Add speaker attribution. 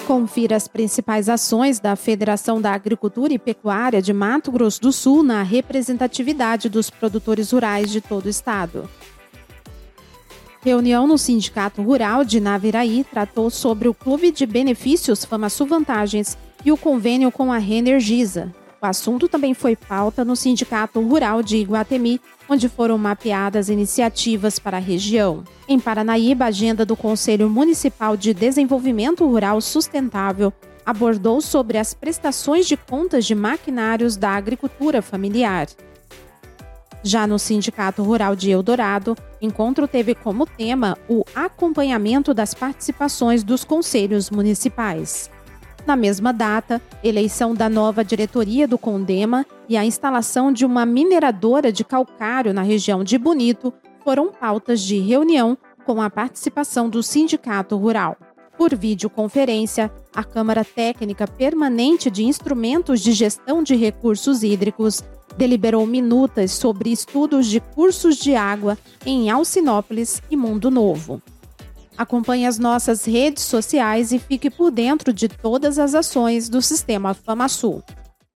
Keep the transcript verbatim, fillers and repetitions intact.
Speaker 1: Confira as principais ações da Federação da Agricultura e Pecuária de Mato Grosso do Sul na representatividade dos produtores rurais de todo o estado. Reunião no Sindicato Rural de Naviraí tratou sobre o Clube de Benefícios FamaSul Vantagens e o convênio com a Reenergiza. O assunto também foi pauta no Sindicato Rural de Iguatemi, onde foram mapeadas iniciativas para a região. Em Paranaíba, a agenda do Conselho Municipal de Desenvolvimento Rural Sustentável abordou sobre as prestações de contas de maquinários da agricultura familiar. Já no Sindicato Rural de Eldorado, o encontro teve como tema o acompanhamento das participações dos conselhos municipais. Na mesma data, eleição da nova diretoria do Condema e a instalação de uma mineradora de calcário na região de Bonito foram pautas de reunião com a participação do Sindicato Rural. Por videoconferência, a Câmara Técnica Permanente de Instrumentos de Gestão de Recursos Hídricos deliberou minutas sobre estudos de cursos de água em Alcinópolis e Mundo Novo. Acompanhe as nossas redes sociais e fique por dentro de todas as ações do Sistema FamaSul.